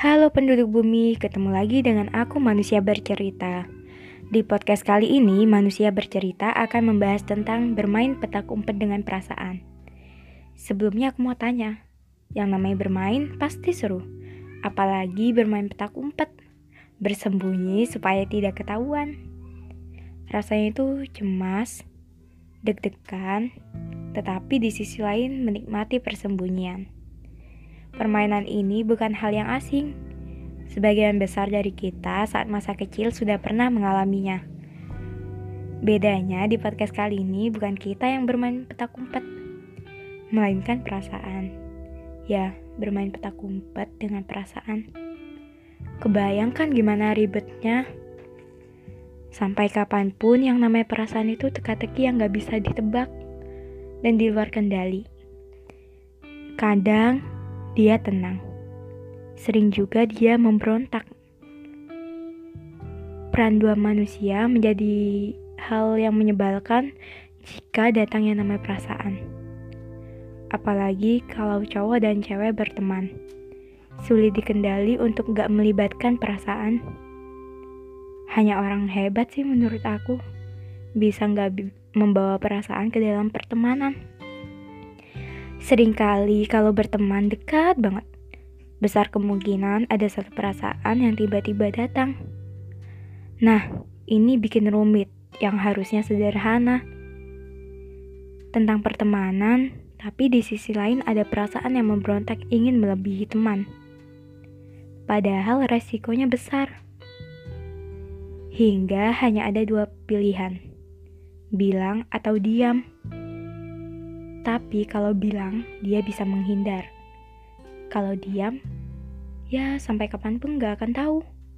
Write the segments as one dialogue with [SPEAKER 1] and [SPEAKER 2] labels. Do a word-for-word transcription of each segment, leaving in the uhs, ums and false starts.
[SPEAKER 1] Halo penduduk bumi, ketemu lagi dengan aku Manusia Bercerita. Di podcast kali ini, Manusia Bercerita akan membahas tentang bermain petak umpet dengan perasaan. Sebelumnya aku mau tanya, yang namanya bermain pasti seru. Apalagi bermain petak umpet, bersembunyi supaya tidak ketahuan. Rasanya itu cemas, deg-degan, tetapi di sisi lain menikmati persembunyian. Permainan ini bukan hal yang asing. Sebagian besar dari kita saat masa kecil sudah pernah mengalaminya. Bedanya di podcast kali ini bukan kita yang bermain petak umpet, melainkan perasaan. Ya, bermain petak umpet dengan perasaan. Kebayangkan gimana ribetnya? Sampai kapanpun yang namanya perasaan itu teka-teki yang gak bisa ditebak dan di luar kendali. Kadang dia tenang, sering juga dia memberontak. Peran dua manusia menjadi hal yang menyebalkan jika datang yang namanya perasaan. Apalagi kalau cowok dan cewek berteman. Sulit dikendali untuk gak melibatkan perasaan. Hanya orang hebat sih menurut aku bisa gak bi- membawa perasaan ke dalam pertemanan. Seringkali kalau berteman dekat banget, besar kemungkinan ada satu perasaan yang tiba-tiba datang. Nah, ini bikin rumit yang harusnya sederhana. Tentang pertemanan, tapi di sisi lain ada perasaan yang memberontak ingin melebihi teman. Padahal resikonya besar. Hingga hanya ada dua pilihan, bilang atau diam. Tapi kalau bilang, dia bisa menghindar. Kalau diam, ya sampai kapanpun gak akan tahu.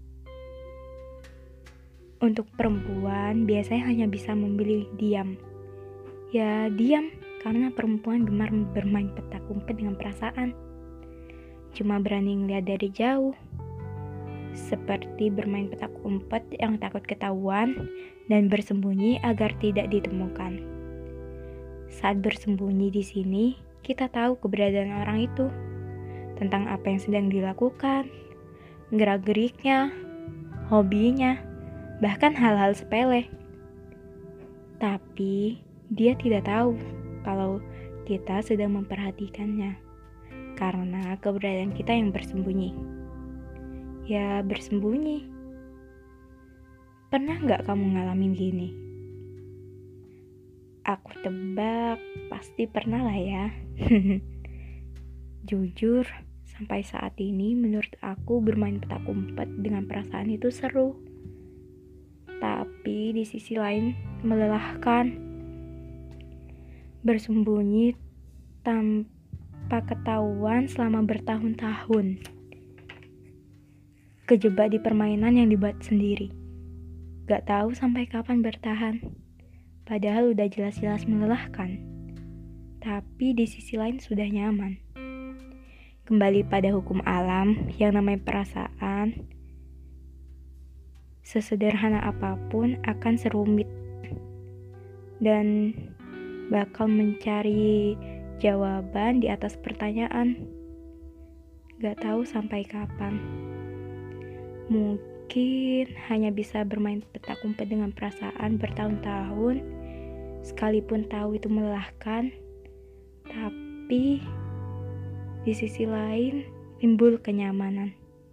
[SPEAKER 1] Untuk perempuan biasanya hanya bisa memilih diam. Ya diam, karena perempuan gemar bermain petak umpet dengan perasaan. Cuma berani ngeliat dari jauh. Seperti bermain petak umpet yang takut ketahuan dan bersembunyi agar tidak ditemukan. Saat bersembunyi di sini, kita tahu keberadaan orang itu. Tentang apa yang sedang dilakukan, gerak-geriknya, hobinya, bahkan hal-hal sepele. Tapi dia tidak tahu kalau kita sedang memperhatikannya, karena keberadaan kita yang bersembunyi. Ya bersembunyi. Pernah gak kamu ngalamin gini? Aku tebak pasti pernah lah ya. Jujur, sampai saat ini menurut aku bermain petak umpet dengan perasaan itu seru. Tapi di sisi lain melelahkan. Bersembunyi tanpa ketahuan selama bertahun-tahun. Kejebak di permainan yang dibuat sendiri. Gak tahu sampai kapan bertahan. Padahal udah jelas-jelas melelahkan. Tapi di sisi lain sudah nyaman. Kembali pada hukum alam yang namanya perasaan, sesederhana apapun akan serumit dan bakal mencari jawaban di atas pertanyaan. Gak tahu sampai kapan. Mungkin hanya bisa bermain petak umpet dengan perasaan bertahun-tahun, sekalipun tahu itu melelahkan, tapi di sisi lain timbul kenyamanan.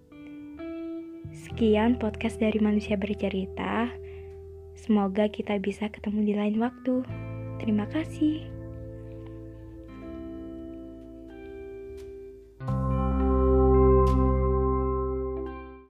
[SPEAKER 1] Sekian podcast dari Manusia Bercerita. Semoga kita bisa ketemu di lain waktu. Terima kasih.